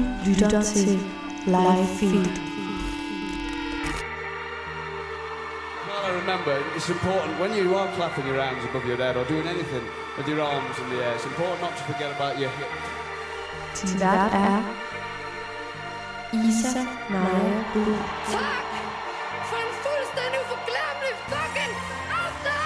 lytter til Live Feed. Well, I remember, it's important when you are clapping your hands above your head or doing anything with your arms in the air, it's important not to forget about your hip. Din vært er Isa Naja Buhl. Tak for en fuldstændig uforglemmelig fucking aften!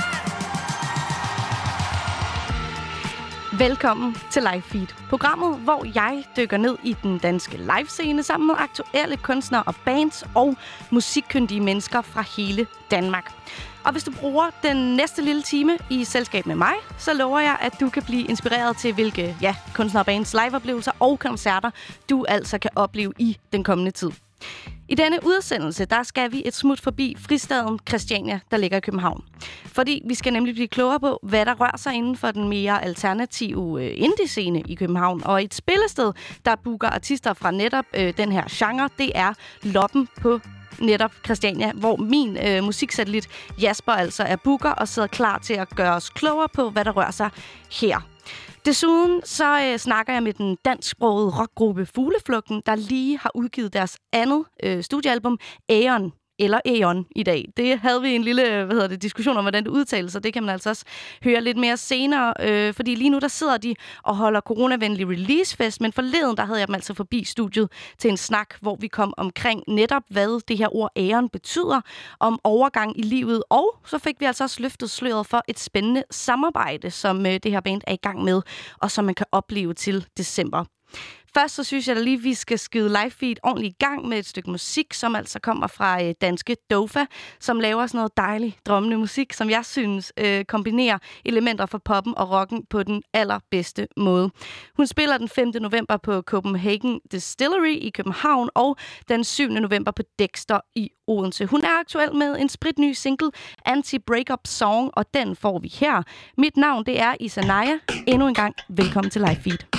Velkommen til Live Feed, programmet, hvor jeg dykker ned i den danske livescene sammen med aktuelle kunstnere og bands og musikkyndige mennesker fra hele Danmark. Og hvis du bruger den næste lille time i selskab med mig, så lover jeg, at du kan blive inspireret til, hvilke kunstnere og bands liveoplevelser og koncerter, du altså kan opleve i den kommende tid. I denne udsendelse, der skal vi et smut forbi fristaden Christiania, der ligger i København. Fordi vi skal nemlig blive klogere på, hvad der rører sig inden for den mere alternative indie-scene i København. Og et spillested, der booker artister fra netop den her genre, det er Loppen på netop Christiania, hvor min musiksatellit Jasper altså er booker og sidder klar til at gøre os klogere på, hvad der rører sig her. Desuden så snakker jeg med den dansksprogede rockgruppe Fugleflugten, der lige har udgivet deres andet studiealbum, Aeon, eller Aeon i dag. Det havde vi en lille diskussion om, hvordan det udtales, så det kan man altså også høre lidt mere senere. Fordi lige nu, der sidder de og holder coronavenlig releasefest, men forleden, der havde jeg dem altså forbi studiet til en snak, hvor vi kom omkring netop, hvad det her ord Aeon betyder, om overgang i livet, og så fik vi altså også løftet sløret for et spændende samarbejde, som det her band er i gang med, og som man kan opleve til december. Først så synes jeg da lige, vi skal skide Live Feed ordentligt i gang med et stykke musik, som altså kommer fra danske Dofa, som laver sådan noget dejlig, drømmende musik, som jeg synes kombinerer elementer fra poppen og rocken på den allerbedste måde. Hun spiller den 5. november på Copenhagen Distillery i København og den 7. november på Dexter i Odense. Hun er aktuel med en spritny single, Anti-Breakup Song, og den får vi her. Mit navn, det er Isa Naja. Endnu en gang, velkommen til Live Feed.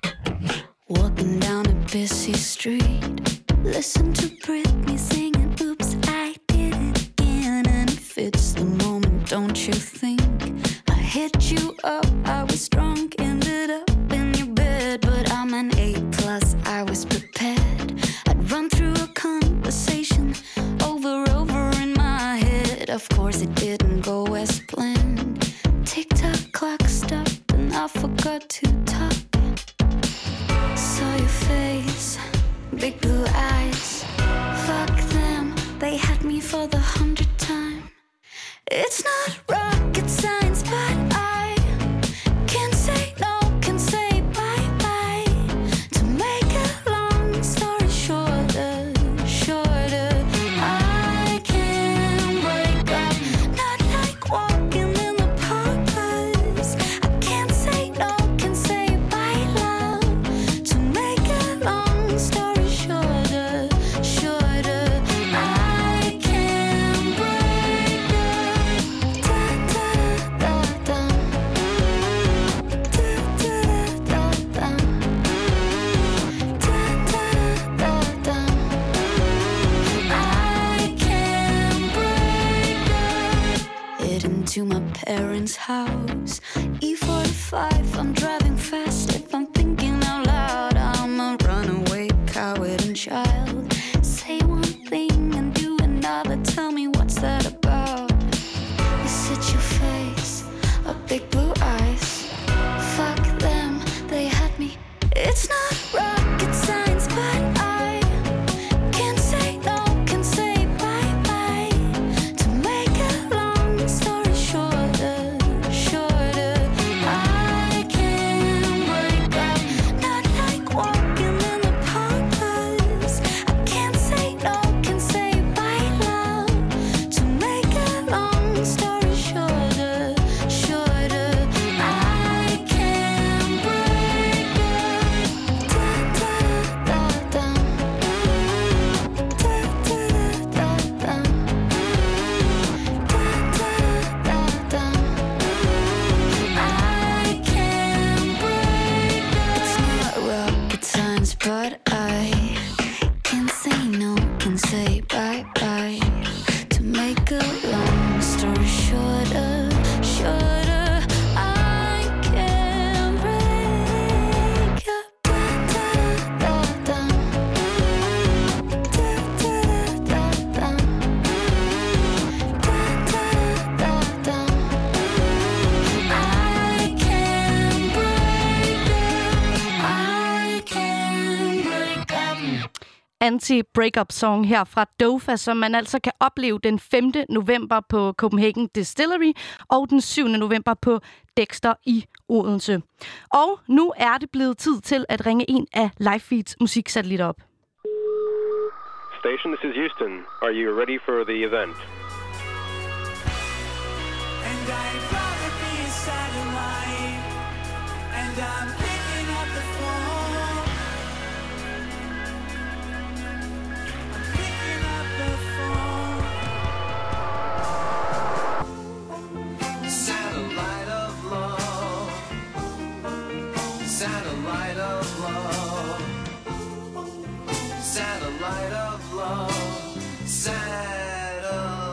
Walking down a busy street, listen to Britney singing, oops, I did it again. And if it's the moment, don't you think I hit you up, I was drunk, ended up in your bed. But I'm an A+, I was prepared. I'd run through a conversation over in my head. Of course it didn't go as planned. Tick-tock clock stopped and I forgot to talk. Saw your face, big blue eyes. Fuck them, they had me for the 100th time. It's not rocket science, but I can say no, can say bye-bye. To make a long story shorter, I can break up, not like walking in the park, 'cause I can't say no, can say bye, love. To make a long story shorter, I can break up. Da-da-da-da. Da-da-da-da. Da-da-da-da. I can break up. Heading to my parents' house, E45, I'm driving fast. If I'm thinking out loud, I'm a runaway coward and child. Say one thing and do another, tell me what's that about? Is it your face or big blue eyes? Fuck them, they had me. It's not rocket science, but I can say no, can say bye-bye. To make a long story shorter, I can break Anti-breakup song her fra Dofa, som man altså kan opleve den 5. november på Copenhagen Distillery og den 7. november på Dexter i Odense. Og nu er det blevet tid til at ringe en af Live Feeds musiksatellitter op. Station, this is Houston. Are you ready for the event? And I'd rather be a satellite, and I'm picking up the phone. I'm picking up the phone. Satellite of love, satellite of love, satellite of love, satellite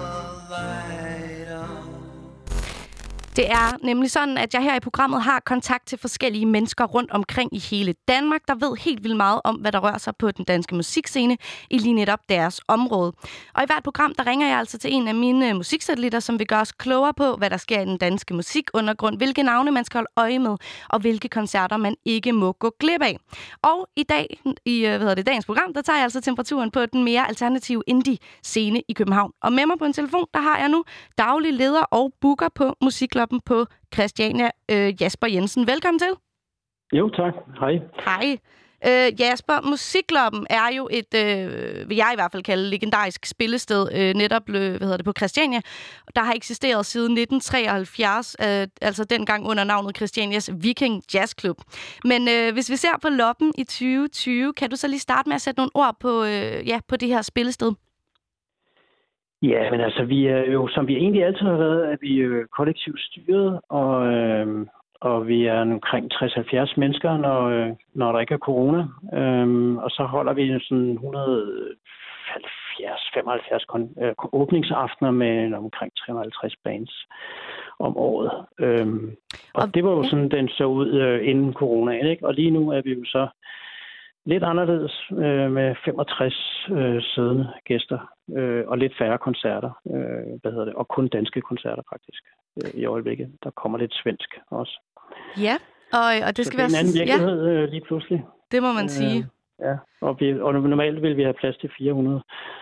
of. Det er nemlig sådan, at jeg her i programmet har kontakt til forskellige mennesker rundt omkring i hele Danmark, der ved helt vildt meget om, hvad der rører sig på den danske musikscene i lige netop deres område. Og i hvert program, der ringer jeg altså til en af mine musiksatellitter, som vil gøre os klogere på, hvad der sker i den danske musikundergrund, hvilke navne man skal holde øje med, og hvilke koncerter man ikke må gå glip af. Og i dag, i dagens program, der tager jeg altså temperaturen på den mere alternative indie-scene i København. Og med mig på en telefon, der har jeg nu daglig leder og booker på Musikklubben på Christiania, Jasper Jensen. Velkommen til. Jo, tak. Hej. Hej. Jasper, Musikklubben er jo et, vil jeg i hvert fald kalde, legendarisk spillested, netop på Christiania. Der har eksisteret siden 1973, altså dengang under navnet Christianias Viking Jazz Club. Men hvis vi ser på Loppen i 2020, kan du så lige starte med at sætte nogle ord på det her spillested? Ja, men altså, vi er jo, som vi egentlig altid har været, er vi kollektivt styret, og vi er omkring 60-70 mennesker, når der ikke er corona. Og så holder vi sådan 170-75 åbningsaftener med omkring 350 bands om året. Og det var jo sådan, den så ud inden coronaen, ikke? Og lige nu er vi jo så lidt anderledes med 65 siddende gæster og lidt færre koncerter, og kun danske koncerter faktisk i øjeblikket. Der kommer lidt svensk også. Ja, og det skal være en anden virkelighed lige pludselig. Det må man sige. Ja, og normalt vil vi have plads til 400.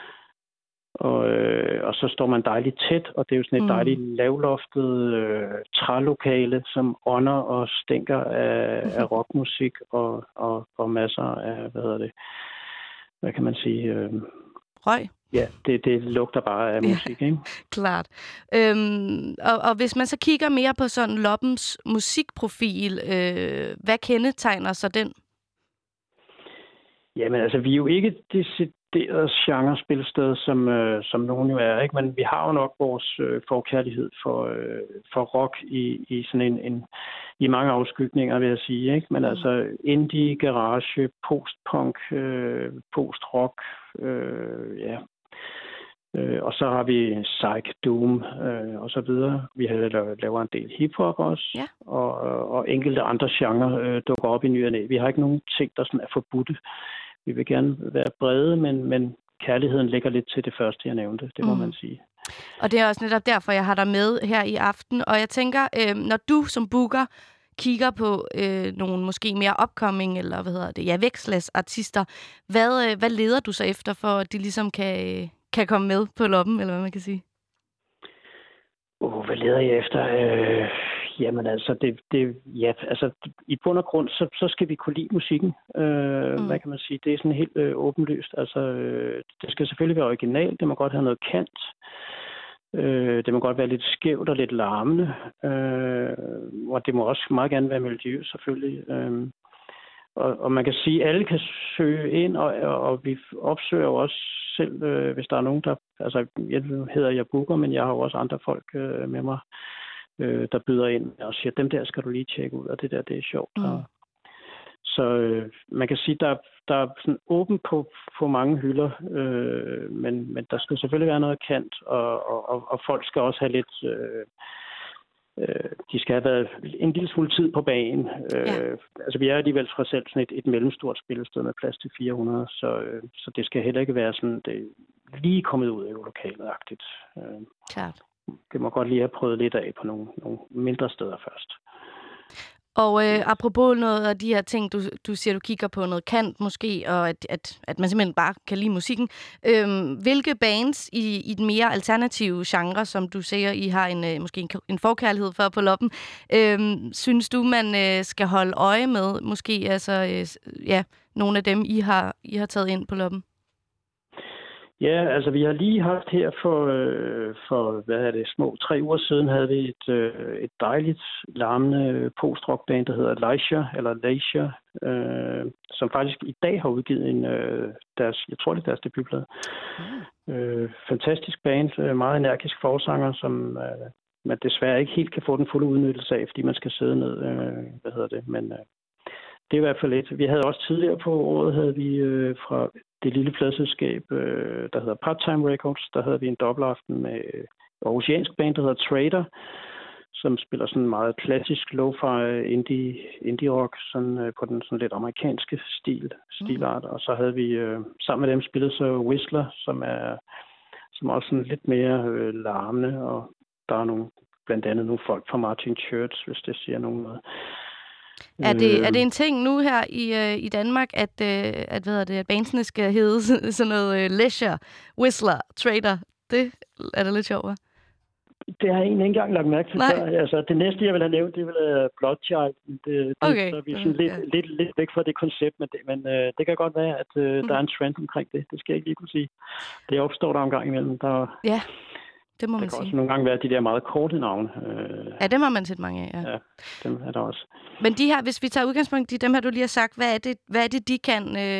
Og så står man dejligt tæt, og det er jo sådan et dejligt lavloftet trælokale, som ånder og stinker af rockmusik og masser af, hvad kan man sige? Røg. Ja, det lugter bare af musik, ikke? Klart. Og hvis man så kigger mere på sådan Loppens musikprofil, hvad kendetegner så den? Jamen altså, vi er jo ikke decideret genrespilsted, som nogen jo er, ikke? Men vi har jo nok vores forkærlighed for rock i sådan en i mange afskygninger, vil jeg sige, ikke? Men altså indie, garage, post-punk, post-rock, ja. Og så har vi psych, doom og så videre. Vi laver en del hiphop også, ja. og enkelte andre genrer dukker op i ny og næ. Vi har ikke nogen ting, der sådan er forbudte. Vi vil gerne være brede, men kærligheden ligger lidt til det første, jeg nævnte. Det må man sige. Og det er også netop derfor, jeg har dig med her i aften. Og jeg tænker, når du som booker kigger på nogle måske mere upcoming, eller vækstlagsartister, hvad leder du så efter, for at de ligesom kan komme med på Loppen, eller hvad man kan sige? Hvad leder jeg efter? Jamen altså, i bund og grund, så skal vi kunne lide musikken. Hvad kan man sige? Det er sådan helt åbenlyst. Altså, det skal selvfølgelig være originalt. Det må godt have noget kant. Det må godt være lidt skævt og lidt larmende. Og det må også meget gerne være melodiøst, selvfølgelig. Og man kan sige, at alle kan søge ind, og vi opsøger jo også selv, hvis der er nogen, der... Altså, jeg booker, men jeg har jo også andre folk med mig, der byder ind og siger, dem der skal du lige tjekke ud, og det er sjovt. Så man kan sige, der er sådan åben på mange hylder, men der skal selvfølgelig være noget kant, og folk skal også have lidt... de skal have været en lille smule tid på banen. Altså, vi er alligevel fra selv sådan et mellemstort spillested med plads til 400, så det skal heller ikke være sådan, det er lige kommet ud af lokalet-agtigt. Klart. Det må godt lige have prøvet lidt af på nogle mindre steder først. Og apropos noget af de her ting, du siger, du kigger på noget kant måske, og at man simpelthen bare kan lide musikken. Hvilke bands i den mere alternative genre, som du siger, I har måske en forkærlighed for på loppen, synes du, man skal holde øje med? Måske altså, nogle af dem, I har taget ind på loppen? Ja, altså vi har lige haft her for små 3 uger siden, havde vi et dejligt larmende post-rock-band, der hedder Leisure, som faktisk i dag har udgivet jeg tror det er deres debutplade. Fantastisk band, meget energisk forsanger, som man desværre ikke helt kan få den fulde udnyttelse af, fordi man skal sidde ned, men det er i hvert fald lidt. Vi havde også tidligere på året, havde vi fra det lille pladeselskab, der hedder Part-Time Records, der havde vi en dobbeltaften med aarhusiansk band, der hedder Trader, som spiller sådan meget klassisk lo-fi indie rock, sådan på den sådan lidt amerikanske stilart. Og så havde vi sammen med dem spillet så Whistler, som også sådan lidt mere larmende, og der er blandt andet nogle folk fra Martin Church, hvis det siger nogen noget. Er det en ting nu her i Danmark, at bandsene skal hedde sådan noget Leisure, Whistler, Trader? Det er da lidt sjovt, hva'? Det har jeg egentlig ikke engang lagt mærke til før. Altså, det næste, jeg vil have nævnt, det vil være Bloodchild. Så er vi sådan lidt væk fra det koncept, men det kan godt være, at der er en trend omkring det. Det skal jeg ikke lige kunne sige. Det opstår der en gang imellem. Ja. Det må man sige. Der kan også nogle gange være de der meget korte navne. Ja, dem har man set mange af, ja. Ja, dem er der også. Men de her, hvis vi tager udgangspunkt i dem her, du lige har sagt, hvad er det de kan?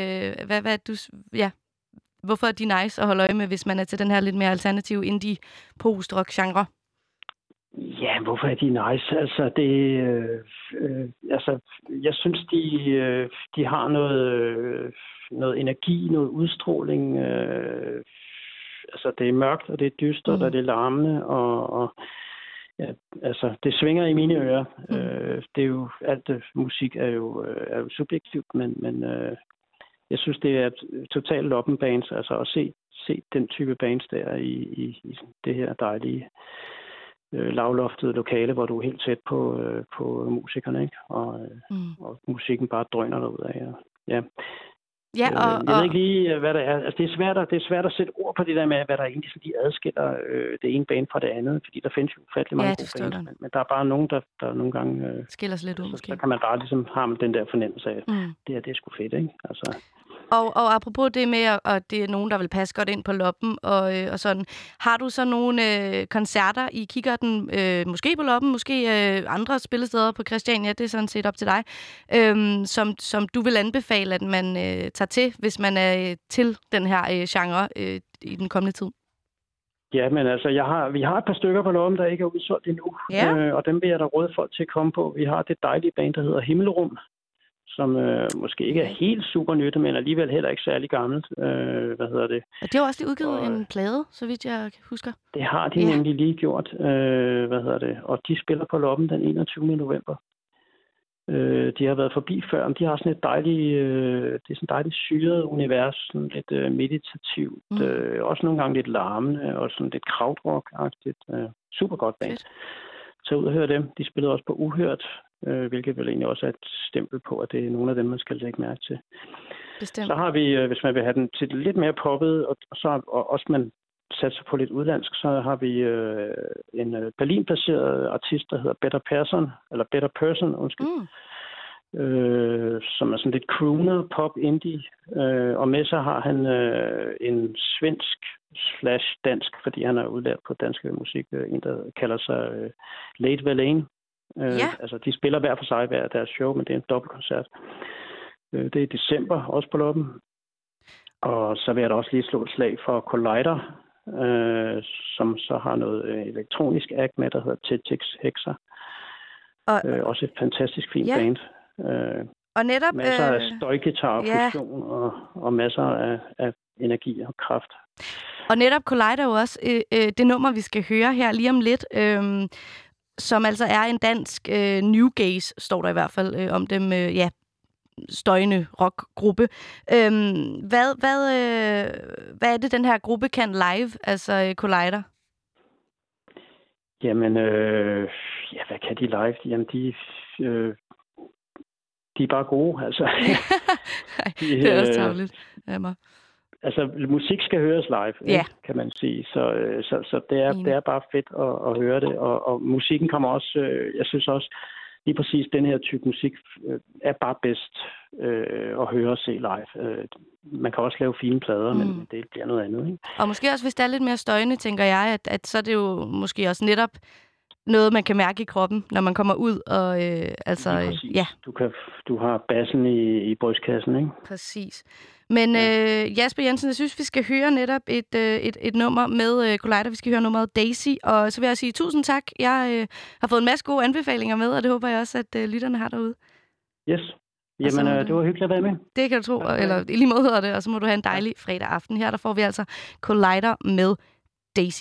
Hvorfor er de nice at holde øje med, hvis man er til den her lidt mere alternative indie post-rock-genre? Ja, hvorfor er de nice? Altså, jeg synes, de har noget energi, noget udstråling. Altså, det er mørkt, og det er dystert, og det er larmende, og ja, altså, det svinger i mine ører. Det er jo, alt musik er jo subjektivt, men jeg synes, det er totalt loppen bands, altså at se den type bands der i det her dejlige lavloftede lokale, hvor du er helt tæt på musikerne, ikke? Og musikken bare drøner derudad. Ja. Ja, jeg ved ikke lige, hvad der er. Altså, det er svært at sætte ord på det der med, hvad der egentlig sådan lige adskiller det ene band fra det andet, fordi der findes jo ufattelig mange gode bands, men der er bare nogen, der nogle gange skiller sig lidt ud, måske. Så kan man bare ligesom have den der fornemmelse af, det er sgu fedt, ikke? Altså. Og apropos det med, at det er nogen, der vil passe godt ind på loppen og sådan. Har du så nogle koncerter i kikkerten, måske på loppen, måske andre spillesteder på Christiania, det er sådan set op til dig, som du vil anbefale, at man tager til, hvis man er til den her genre i den kommende tid? Ja, men altså, vi har et par stykker på loppen, der ikke er udsolgt endnu, og dem vil jeg da råde folk til at komme på. Vi har det dejlige band, der hedder Himmelrum, som måske ikke er helt super nytte, men alligevel heller ikke særlig gammelt. Og det har også lige udgivet en plade, så vidt jeg husker. Det har de nemlig lige gjort. Og de spiller på loppen den 21. november. De har været forbi før, men de har sådan et dejligt syret univers, sådan lidt meditativt, også nogle gange lidt larmende, og sådan lidt krautrock-agtigt. Super godt band. Tag ud og hør dem. De spillede også på Uhørt, hvilket vel egentlig også er et stempel på, at det er nogle af dem, man skal lægge mærke til. Bestemt. Så har vi, hvis man vil have den til lidt mere poppet, og også man satser på lidt udlandsk, så har vi en Berlin-placeret artist, der hedder Better Person, som er sådan lidt crooner, pop, indie, og med så har han en svensk /dansk, fordi han er udlært på dansk musik, en der kalder sig Late Verlaine. Altså, de spiller hver for sig hver deres show, men det er en dobbeltkoncert. Det er i december, også på loppen. Og så vil jeg da også lige slå et slag for Collider, som så har noget elektronisk act med, der hedder Tetix Hexa. Også et fantastisk fint band. Og netop masser af støjgitar, fusion og masser af energi og kraft. Og netop Collider jo også det nummer, vi skal høre her lige om lidt, som altså er en dansk new gaze, står der i hvert fald om dem, støjende rockgruppe. Hvad er det, den her gruppe kan live, altså Collider? Jamen, hvad kan de live? Jamen, de er bare gode, altså. Det er også tarveligt af mig. Altså, musik skal høres live, Ja. kan man sige. Så det er bare fedt at høre det. Og musikken kommer også, jeg synes også, lige præcis den her type musik er bare bedst at høre og se live. Man kan også lave fine plader, men det bliver noget andet, ikke? Og måske også, hvis det er lidt mere støjende, tænker jeg, at så er det jo måske også netop noget, man kan mærke i kroppen, når man kommer ud. Og, ja. Du har bassen i brystkassen, ikke? Præcis. Men Jasper Jensen, jeg synes, vi skal høre netop et nummer med Collider. Vi skal høre nummeret Daisy, og så vil jeg sige tusind tak. Jeg har fået en masse gode anbefalinger med, og det håber jeg også, at lytterne har derude. Yes. Jamen, det var hyggeligt at være med. Det kan du tro, eller i lige måde hedder det, og så må du have en dejlig fredag aften. Her der får vi altså Collider med Daisy.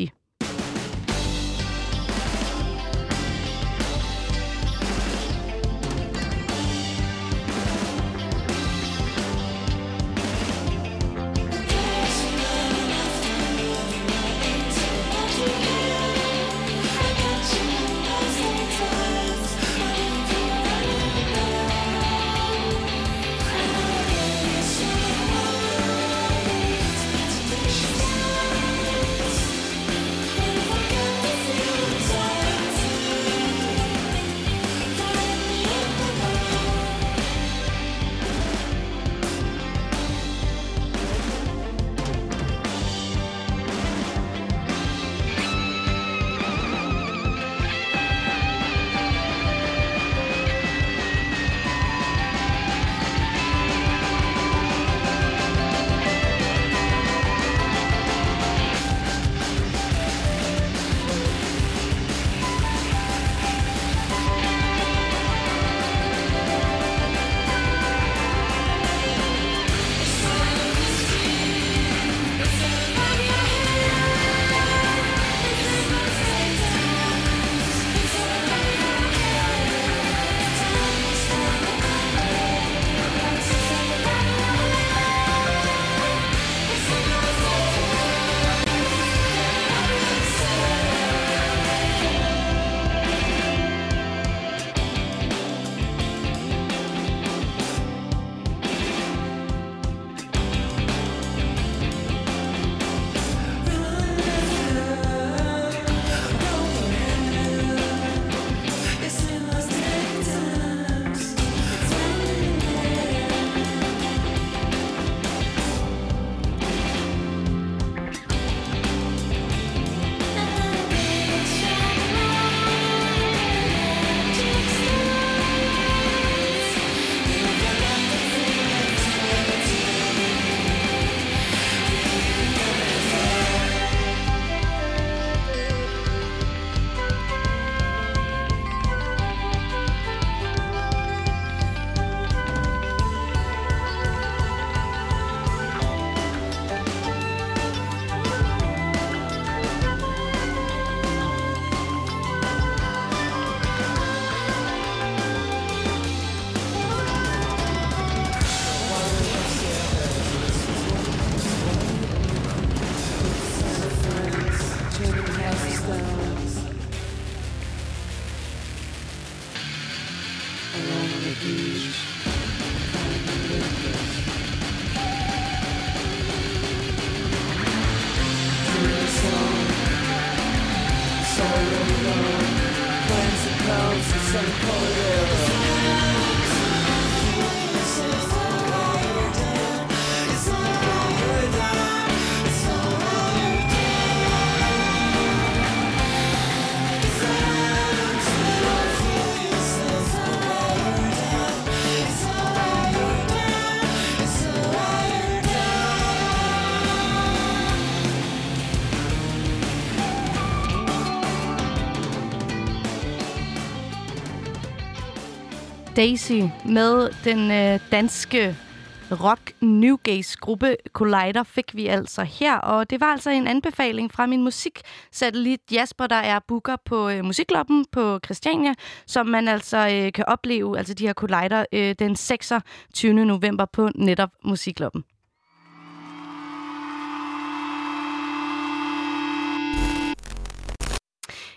Daisy med den danske rock newgaze gruppe Collider fik vi altså her, og det var altså en anbefaling fra min musiksatellit Jasper, der er booker på Musikloppen på Christiania, som man altså kan opleve, altså de her Collider, den 26. november på netop Musikloppen.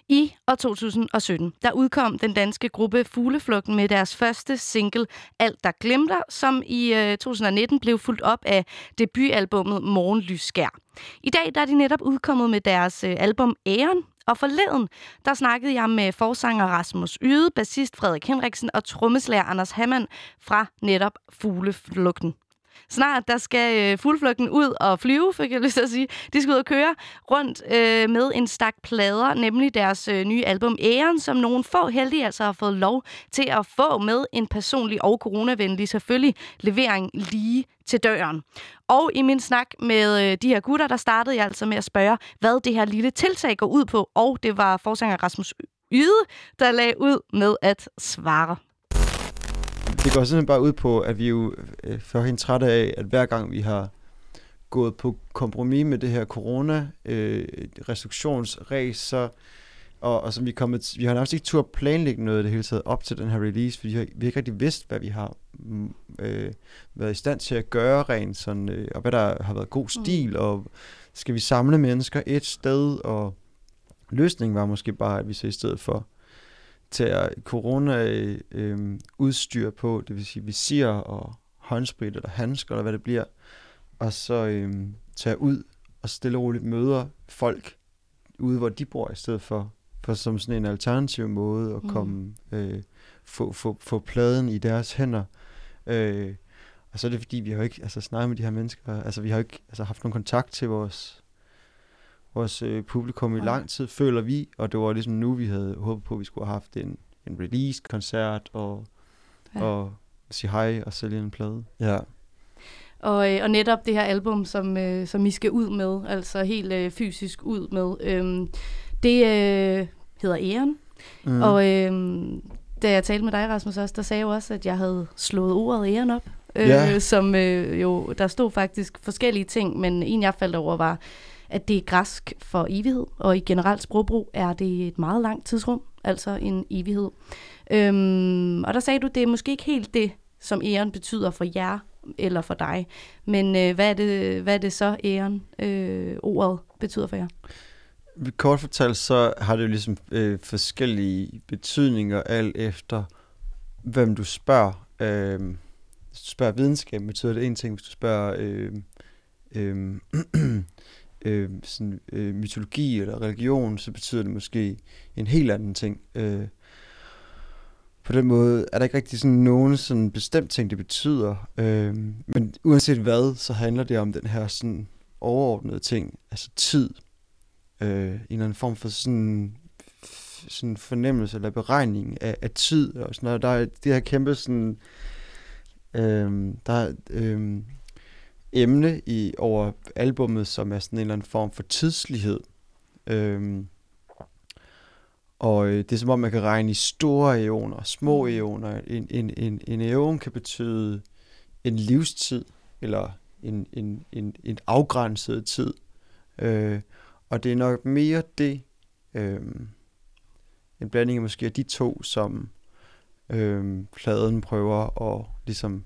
I år 2017, der udkom den danske gruppe Fugleflugten med deres første single, Alt der glimter, som i 2019 blev fulgt op af debutalbummet Morgenlysskær. I dag der er de netop udkommet med deres album Æren, og forleden, der snakkede jeg med forsanger Rasmus Yde, bassist Frederik Henriksen og trommeslager Anders Hammann fra netop Fugleflugten. Snart der skal Fugleflugten ud og flyve, fik jeg lyst til at sige. De skal ud og køre rundt med en stak plader, nemlig deres nye album Æren, som nogle få heldige altså har fået lov til at få med en personlig og coronavenlig selvfølgelig levering lige til døren. Og i min snak med de her gutter, der startede jeg altså med at spørge, hvad det her lille tiltag går ud på, og det var forsanger Rasmus Yde, der lagde ud med at svare. Det går simpelthen bare ud på, at vi jo førhen trætte af, at hver gang vi har gået på kompromis med det her corona-restriktionsræs, og som vi har nærmest ikke tur planlægge noget det hele taget op til den her release, fordi vi har ikke rigtig vidst, hvad vi har været i stand til at gøre rent sådan, og hvad der har været god stil, og skal vi samle mennesker et sted, og løsningen var måske bare, at vi så i stedet for tager corona-udstyr på, det vil sige visir og håndsprit eller handsker, eller hvad det bliver, og så tager ud og stille og roligt møder folk ude, hvor de bor, i stedet for som sådan en alternativ måde at komme, få pladen i deres hænder. Og så er det fordi, vi har jo ikke snakket med de her mennesker, vi har jo ikke haft nogen kontakt til vores publikum i lang tid, føler vi, og det var ligesom nu, vi havde håbet på, at vi skulle have haft en release-koncert og sige hej og sælge en plade. Ja. Og netop det her album, som I skal ud med, altså helt fysisk ud med, det hedder Æren. Og da jeg talte med dig, Rasmus, også, der sagde jeg jo også, at jeg havde slået ordet Æren op, som jo, der stod faktisk forskellige ting, men en jeg faldt over var, at det er græsk for evighed, og i generelt sprogbrug er det et meget langt tidsrum, altså en evighed. Og der sagde du, det er måske ikke helt det, som æren betyder for jer eller for dig, men hvad er det så, æren, ordet betyder for jer? Kort fortalt, så har det jo ligesom forskellige betydninger, alt efter hvem du spørger. Hvis du spørger videnskab, betyder det en ting. Hvis du spørger mytologi eller religion, så betyder det måske en helt anden ting. På den måde er der ikke rigtig sådan nogen sådan bestemt ting, det betyder. Men uanset hvad, så handler det om den her sådan overordnede ting, altså tid. En eller anden form for sådan fornemmelse eller beregning af tid og sådan noget. Der er det her kæmpe sådan emne over albummet, som er sådan en eller anden form for tidslighed. Og det er som om man kan regne i store æoner og små æoner. En æon kan betyde en livstid eller en afgrænset tid. Og det er nok mere det, en blanding af måske af de to, som pladen prøver at ligesom,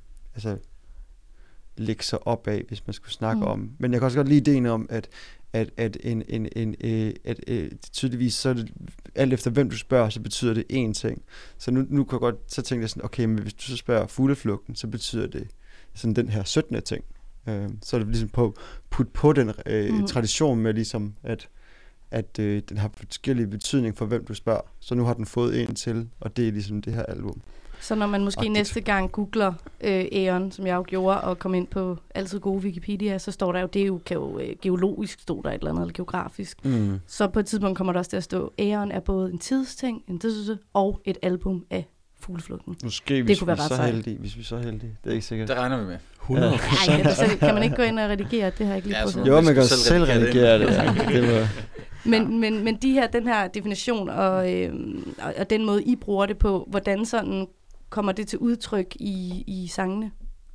lægge sig op af, hvis man skulle snakke om. Men jeg kan også godt lide ideen om, at tydeligvis, så er det, alt efter hvem du spørger, så betyder det én ting. Så nu kan jeg godt, så tænke jeg sådan, okay, men hvis du så spørger Fugleflugten, så betyder det sådan den her 17. ting. Så er det ligesom putt på den tradition med ligesom, at den har forskellige betydning for hvem du spørger. Så nu har den fået en til, og det er ligesom det her album. Så når man måske næste gang googler æren, som jeg jo gjorde, og kom ind på altid gode Wikipedia, så står der jo, det kan jo geologisk stå der et eller andet, eller geografisk. Så på et tidspunkt kommer der også til at stå, æren er både en tidsting, en tidsudse, og et album af Fugleflugten. Måske, hvis vi er så heldige. Det er ikke sikkert. Det regner vi med. 100%. Kan man ikke gå ind og redigere? Det har jeg ikke lige prøvet. Jo, man kan selv redigere det. Ja. Men den her definition, og den måde, I bruger det på, hvordan sådan kommer det til udtryk i sangene?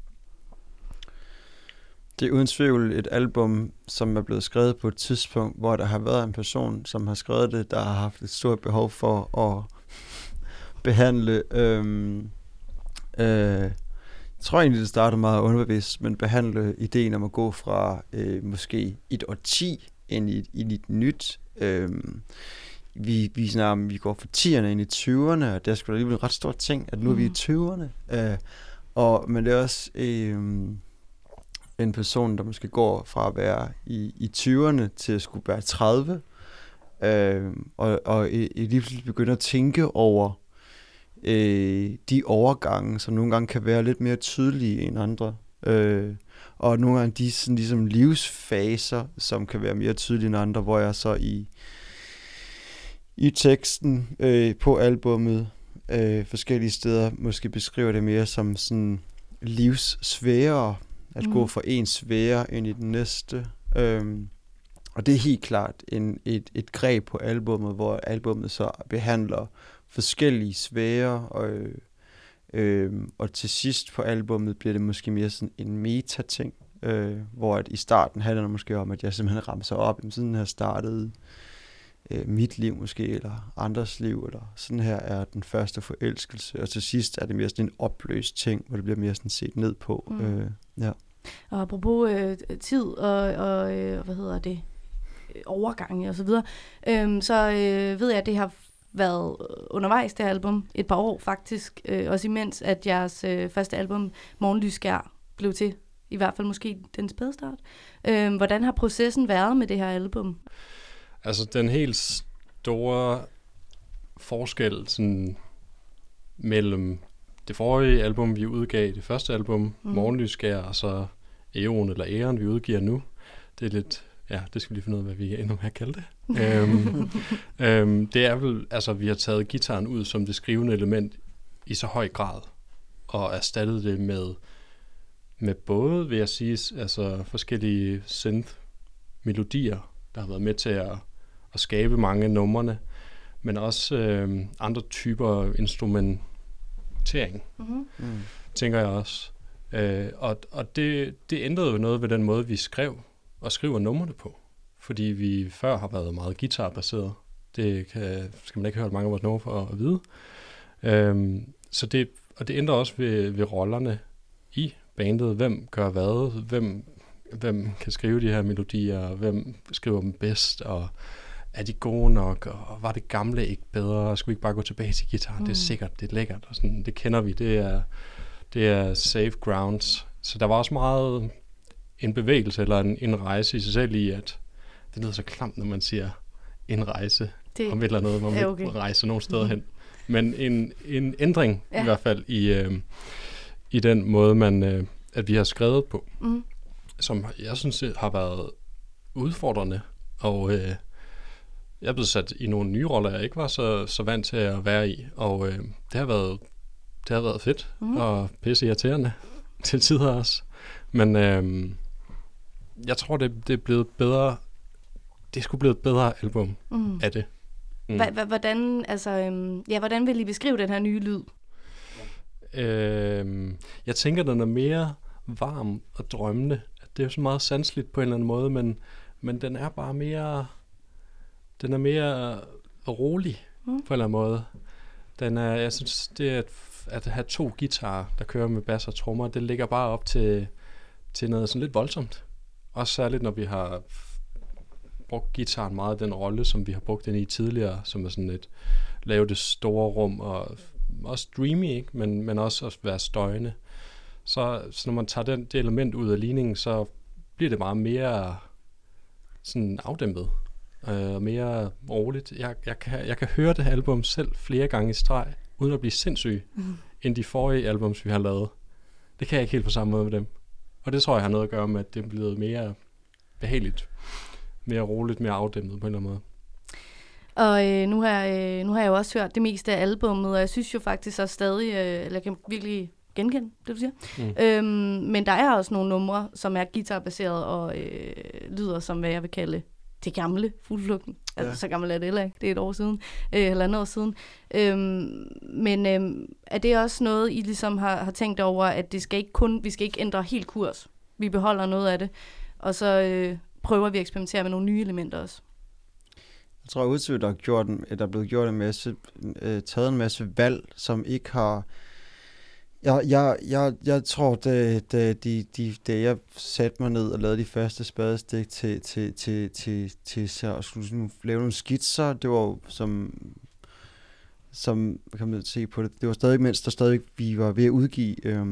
Det er uden tvivl et album, som er blevet skrevet på et tidspunkt, hvor der har været en person, som har skrevet det, der har haft et stort behov for at behandle. Jeg tror egentlig, det startede meget underbevidst, men behandle ideen om at gå fra måske et årti ind i et nyt vi snakker om, vi går fra 10'erne ind i 20'erne, og det er sgu da alligevel en ret stor ting, at nu er vi i 20'erne. Men det er også en person, der måske går fra at være i 20'erne til at skulle være 30, og lige pludselig begynder at tænke over de overgange, som nogle gange kan være lidt mere tydelige end andre. Og nogle gange de sådan, ligesom livsfaser, som kan være mere tydelige end andre, hvor jeg så i teksten på albummet forskellige steder måske beskriver det mere som sådan livssfærer, at gå fra en sfære ind i den næste. Og det er helt klart et greb på albummet, hvor albummet så behandler forskellige sfærer, og til sidst på albummet bliver det måske mere sådan en meta-ting, hvor at i starten handler det måske om, at jeg simpelthen ramser op, sådan her startede mit liv måske, eller andres liv, eller sådan her er den første forelskelse, og til sidst er det mere sådan en opløst ting, hvor det bliver mere sådan set ned på. Ja. Og apropos tid og hvad hedder det, overgange og så videre, så ved jeg, at det har været undervejs, det her album, et par år faktisk, også imens, at jeres første album, Morgenlysskær, blev til, i hvert fald måske den spædstart. Hvordan har processen været med det her album? Altså, den helt store forskel sådan, mellem det forrige album, vi udgav, det første album, Morgenlysskær, og så Eon eller Æren, vi udgiver nu, det er lidt... Ja, det skal vi lige finde ud af, hvad vi endnu mere kalde det. Det er vel, altså vi har taget gitaren ud som det skrivende element i så høj grad, og erstattet det med både, vil jeg sige, altså forskellige synth-melodier, der har været med til at skabe mange af numrene, men også andre typer instrumentering, tænker jeg også. Og det ændrede jo noget ved den måde, vi skrev og skriver numrene på, fordi vi før har været meget guitarbaseret. Det skal man ikke høre mange af vores numre for at vide. Så det ændrer også ved rollerne i bandet. Hvem gør hvad? Hvem kan skrive de her melodier? Hvem skriver dem bedst? Og er de gode nok? Og var det gamle ikke bedre? Skal vi ikke bare gå tilbage til guitaren? Det er sikkert, det er lækkert. Og sådan, det kender vi. Det er safe grounds. Så der var også meget en bevægelse eller en rejse i sig selv i, at det lyder så klamt, når man siger en rejse om et eller andet, hvor man ikke rejser nogen steder hen. Men en ændring i hvert fald i den måde, at vi har skrevet på, som jeg synes har været udfordrende, og jeg er blevet sat i nogle nye roller, jeg ikke var så vant til at være i, og det har været fedt og pisse irriterende til tider også. Men jeg tror, det er blevet bedre. Det skulle blive et bedre album af det. Hvordan, hvordan vil I beskrive den her nye lyd? Jeg tænker, den er mere varm og drømmende. Det er jo så meget sanseligt på en eller anden måde, men den er bare mere... Den er mere rolig på en eller anden måde. Jeg synes, det at have 2 guitarer, der kører med bass og trommer, det ligger bare op til noget sådan lidt voldsomt. Også særligt, når vi har brugt gitaren meget den rolle, som vi har brugt den i tidligere, som er sådan et lave det store rum, og også dreamy, ikke? Men også at være støjende. Så når man tager det element ud af ligningen, så bliver det meget mere sådan afdæmpet og mere roligt. Jeg kan høre det her album selv flere gange i streg, uden at blive sindssyg, end de forrige albums, vi har lavet. Det kan jeg ikke helt på samme måde med dem. Og det tror jeg har noget at gøre med, at det er blevet mere behageligt, mere roligt, mere afdæmpet på en eller anden måde. Og nu har jeg jo også hørt det meste af albummet, og jeg synes jo faktisk også stadig, eller jeg kan virkelig genkende det, du siger. Men der er også nogle numre, som er guitarbaseret og lyder som, hvad jeg vil kalde det gamle Fugleflugten. Altså, så gammel er det heller ikke. Det er et år siden, halvandet år siden. Men er det også noget, I ligesom har tænkt over, at vi skal ikke ændre helt kurs. Vi beholder noget af det, og så prøver vi at eksperimentere med nogle nye elementer også. Jeg tror udtrykt, der er blevet gjort taget en masse valg, som ikke har... Jeg tror, da jeg satte mig ned og lavede de første spadestik til så at skulle lave nogle skitser, det var jo som kan man se på det, det var stadig, mens der stadig vi var ved at udgive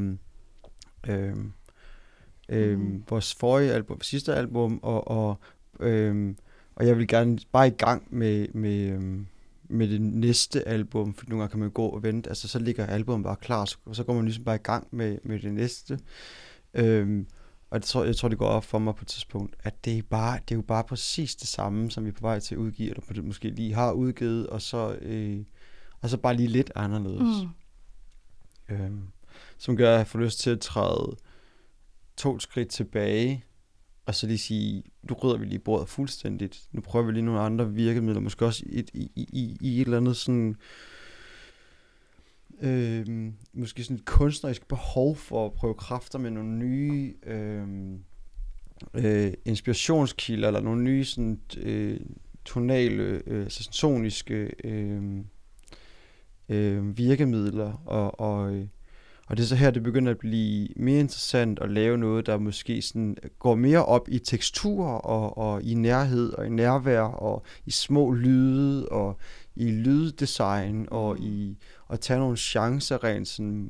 vores forrige album, sidste album, og jeg vil gerne bare i gang med det næste album, for nogle gange kan man gå og vente, altså så ligger albumet bare klar, og så går man ligesom bare i gang med det næste. Og jeg tror, det går op for mig på et tidspunkt, at det er jo bare præcis det samme, som vi er på vej til at udgive, eller måske lige har udgivet, og så bare lige lidt anderledes. Som gør, at jeg får lyst til at træde 2 skridt tilbage, og så lige sige, nu rydder vi lige bordet fuldstændigt. Nu prøver vi lige nogle andre virkemidler, måske også i et eller andet sådan, måske sådan et kunstnerisk behov for at prøve kræfter med nogle nye inspirationskilder, eller nogle nye sådan, tonale, sådan soniske virkemidler, og det er så her, det begynder at blive mere interessant at lave noget, der måske sådan går mere op i teksturer og i nærhed og i nærvær og i små lyde og i lyddesign og i at tage nogle chancer rent sådan.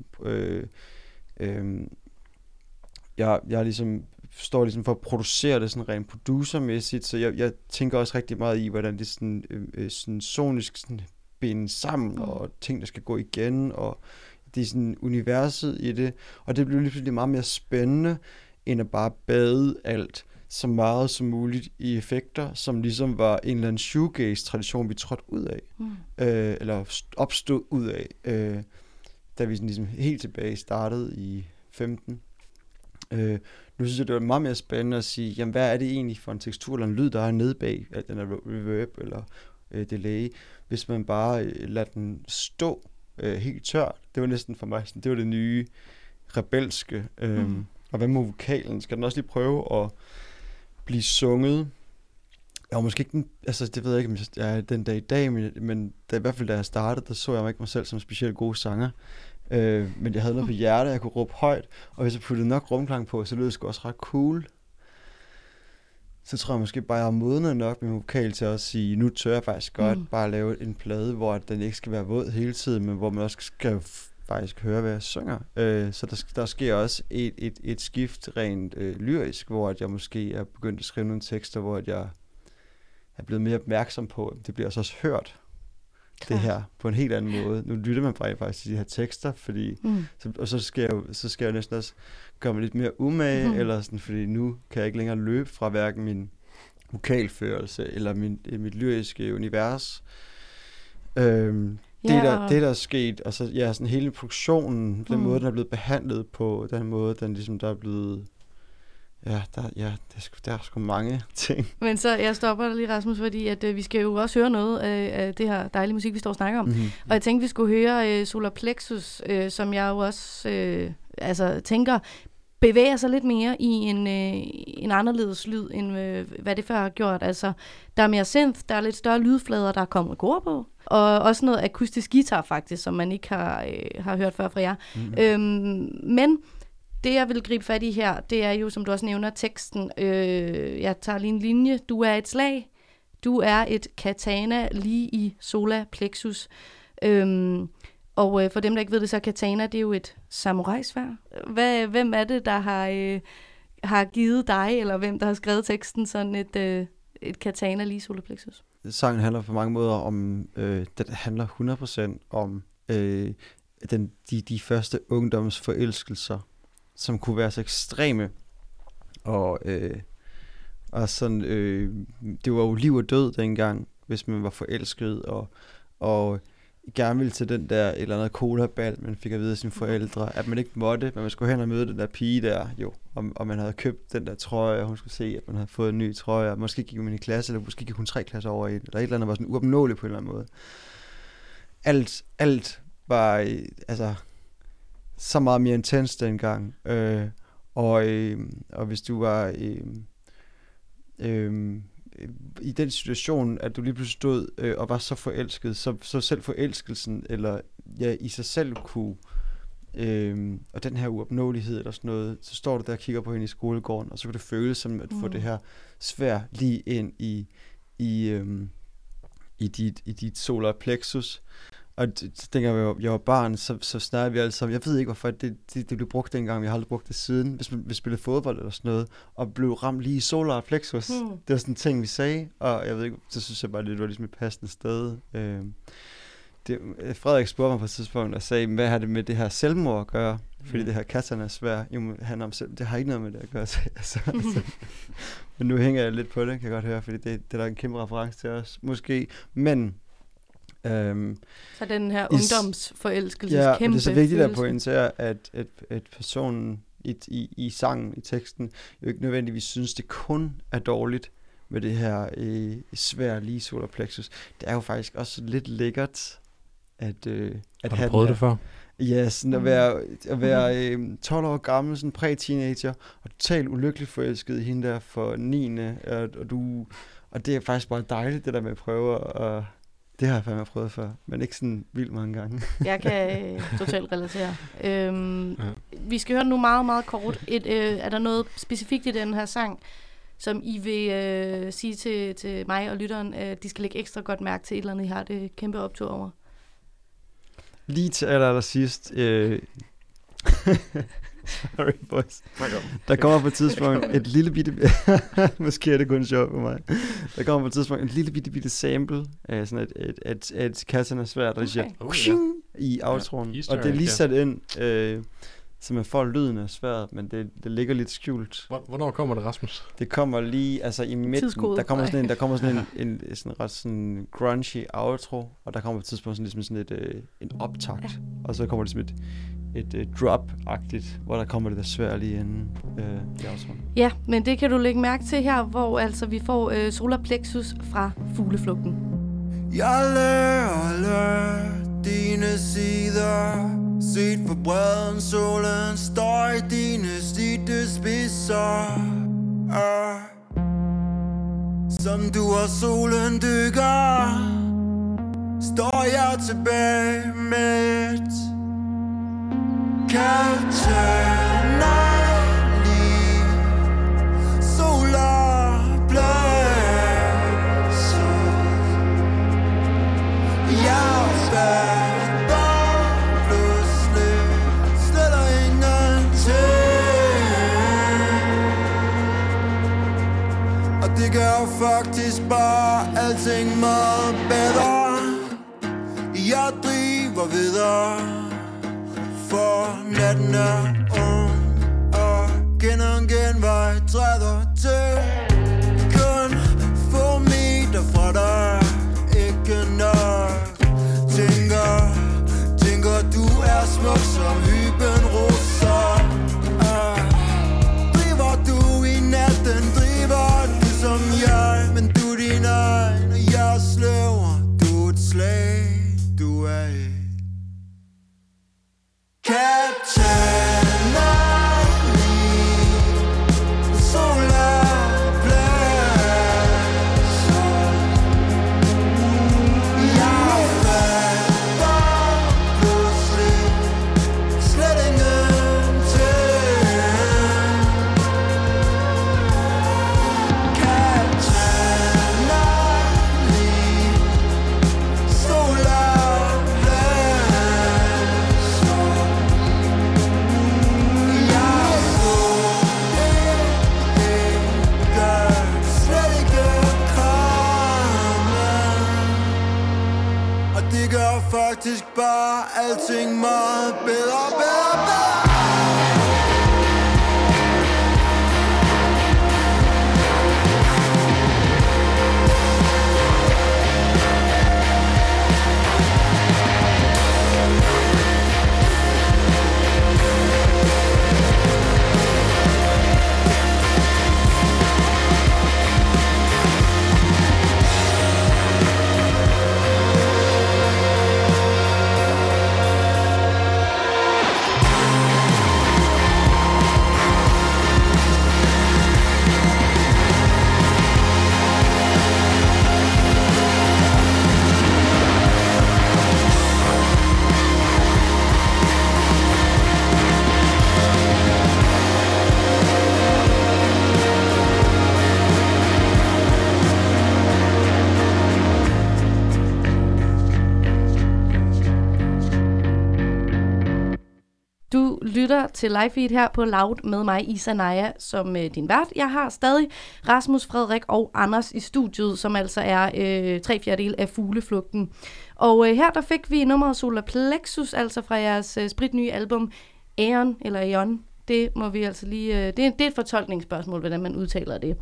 Jeg ligesom står ligesom for at producere det sådan rent producermæssigt, så jeg tænker også rigtig meget i, hvordan det sådan sonisk sådan bindes sammen og ting, der skal gå igen, og det er sådan universet i det, og det blev lige pludselig meget mere spændende, end at bare bade alt så meget som muligt i effekter, som ligesom var en eller anden shoegaze-tradition, vi trådte ud af, eller opstod ud af, da vi sådan ligesom helt tilbage startede i 15. Nu synes jeg, det var meget mere spændende at sige, jamen hvad er det egentlig for en tekstur eller en lyd, der er nede bag, at den er reverb eller delay, hvis man bare lader den stå helt tørt. Det var næsten for mig sådan, det var det nye rebelske. Og hvad med vokalen? Skal den også lige prøve at blive sunget? Jeg var måske ikke den, altså det ved jeg ikke, om jeg er den dag i dag, men i hvert fald da jeg startede, der så jeg ikke mig selv som specielt god sanger. Men jeg havde noget på hjertet, jeg kunne råbe højt, og hvis jeg puttede nok rumklang på, så lød det sgu også ret cool. Så tror jeg måske bare, jeg har modnet nok med vokal til at sige, nu tør jeg faktisk godt bare lave en plade, hvor den ikke skal være våd hele tiden, men hvor man også skal faktisk høre, hvad jeg synger. Så der sker også et skift rent lyrisk, hvor at jeg måske er begyndt at skrive nogle tekster, hvor at jeg er blevet mere opmærksom på, at det bliver også hørt. Klar. Det her på en helt anden måde. Nu lytter man faktisk til de her tekster, fordi så skal jeg næsten også gøre mig lidt mere umage, eller sådan, fordi nu kan jeg ikke længere løbe fra hverken min vokalførelse eller mit lyriske univers. Det der er sket, og så sådan hele produktionen, den måde den er blevet behandlet på, den måde den ligesom der er blevet. Der er sgu mange ting. Men så jeg stopper dig lige, Rasmus, fordi at vi skal jo også høre noget af det her dejlige musik, vi står og snakker om. Og jeg tænkte, vi skulle høre Solar Plexus, som jeg jo også tænker bevæger sig lidt mere i en anderledes lyd, end hvad det før har gjort. Altså, der er mere synth, der er lidt større lydflader, der er kommet kor på, og også noget akustisk guitar faktisk, som man ikke har hørt før fra jer. Men det, jeg vil gribe fat i her, det er jo, som du også nævner, teksten. Jeg tager lige en linje. Du er et slag. Du er et katana lige i solar plexus. Og for dem, der ikke ved det, så katana, det er jo et samurajsværd. Hvem er det, der har givet dig, eller hvem, der har skrevet teksten, sådan et katana lige i solar plexus? Sangen handler på mange måder om, den handler 100% om de første ungdomsforelskelser, som kunne være så ekstreme, og sådan, det var jo liv og død dengang, hvis man var forelsket, og gerne ville til den der et eller andet colabal, man fik at vide af sine forældre, at man ikke måtte, men man skulle hen og møde den der pige der, jo, og man havde købt den der trøje, og hun skulle se, at man havde fået en ny trøje, og måske gik man i klasse, eller måske gik hun 3 klasser over i det, eller et eller andet var sådan uopnåeligt på en eller anden måde. Alt var, altså, så meget mere intens dengang, og hvis du var i den situation, at du lige pludselig stod og var så forelsket, så selv forelskelsen, eller i sig selv kunne og den her uopnåelighed eller sådan noget, så står du der og kigger på hende i skolegården, og så kan det føles som at få det her svær lige ind i dit solar plexus. Og så dengang jeg var barn, så snakkede vi alle sammen. Jeg ved ikke, hvorfor det blev brugt dengang. Jeg har aldrig brugt det siden. Hvis man spillede fodbold eller sådan noget, og blev ramt lige i solar plexus. Det var sådan en ting, vi sagde. Og jeg ved ikke, så synes jeg bare, det var ligesom et passende sted. Frederik spurgte mig på et tidspunkt og sagde, hvad har det med det her selvmord at gøre? Fordi det her kasserne er svært. Jo, det har ikke noget med det at gøre. Men nu hænger jeg lidt på det, kan jeg godt høre, fordi det er der en kæmpe reference til os, måske. Men så den her ungdomsforelskelses kæmpe det er så vigtigt at pointere, at personen i sangen, i teksten, jo ikke nødvendigvis synes, det kun er dårligt med det her svære lige solar plexus. Det er jo faktisk også lidt lækkert at har du prøvet det før? Ja, sådan at være 12 år gammel, sådan præ-teenager, og totalt ulykkeligt forelsket i hende der for 9. Og det er faktisk bare dejligt, det der med at prøve, og det har jeg fandme prøvet før, men ikke sådan vildt mange gange. Jeg kan totalt relatere. Vi skal høre nu meget, meget kort. Er der noget specifikt i den her sang, som I vil sige til mig og lytteren, at de skal lægge ekstra godt mærke til et eller andet, I har det kæmpe optur over? Lige til allersidst. Sorry, boys. Der kommer på et tidspunkt et lille bitte... Måske er det kun sjovt for mig. Der kommer på et tidspunkt et lille bitte sample af sådan et kassen er svært, der siger i outroen. Og det er lige sat ind, så man får lyden af svært, men det ligger lidt skjult. Hvornår kommer det, Rasmus? Det kommer lige i midten. Der kommer sådan en ret sådan grungy outro, og der kommer på et tidspunkt ligesom sådan en optakt, og så kommer det som et drop-agtigt, hvor der kommer det der svært lige inden i outroen. Ja, men det kan du lægge mærke til her, hvor altså vi får solar plexus fra Fugleflugten. Jeg lærer dine sider, set for bredden, solen står i dine stitte spidser. Som du og solen dykker, står jeg tilbage med et solar plexus. Jeg fatter pludselig sletter ingenting, og det gør faktisk bare alting meget bedre. Jeg driver videre, for natten er ung, og genvej træder til. Kun få meter fra dig, ikke nok. Tænker du er smuk som hybenroser. Driver du i natten, driver du som jeg, men du er din egen, og jeg sløver. Du er et slag, du er et faktisk bare alting meget bedre. lytter til Live Feed her på Loud med mig, Isa Naja, som din vært. Jeg har stadig Rasmus, Frederik og Anders i studiet, som altså er 3/4 af Fugleflugten. Og her der fik vi nummeret Solar Plexus, altså fra jeres spritnye album Aeon, eller Aeon. Det må vi altså lige... Det er et fortolkningsspørgsmål, hvordan man udtaler det.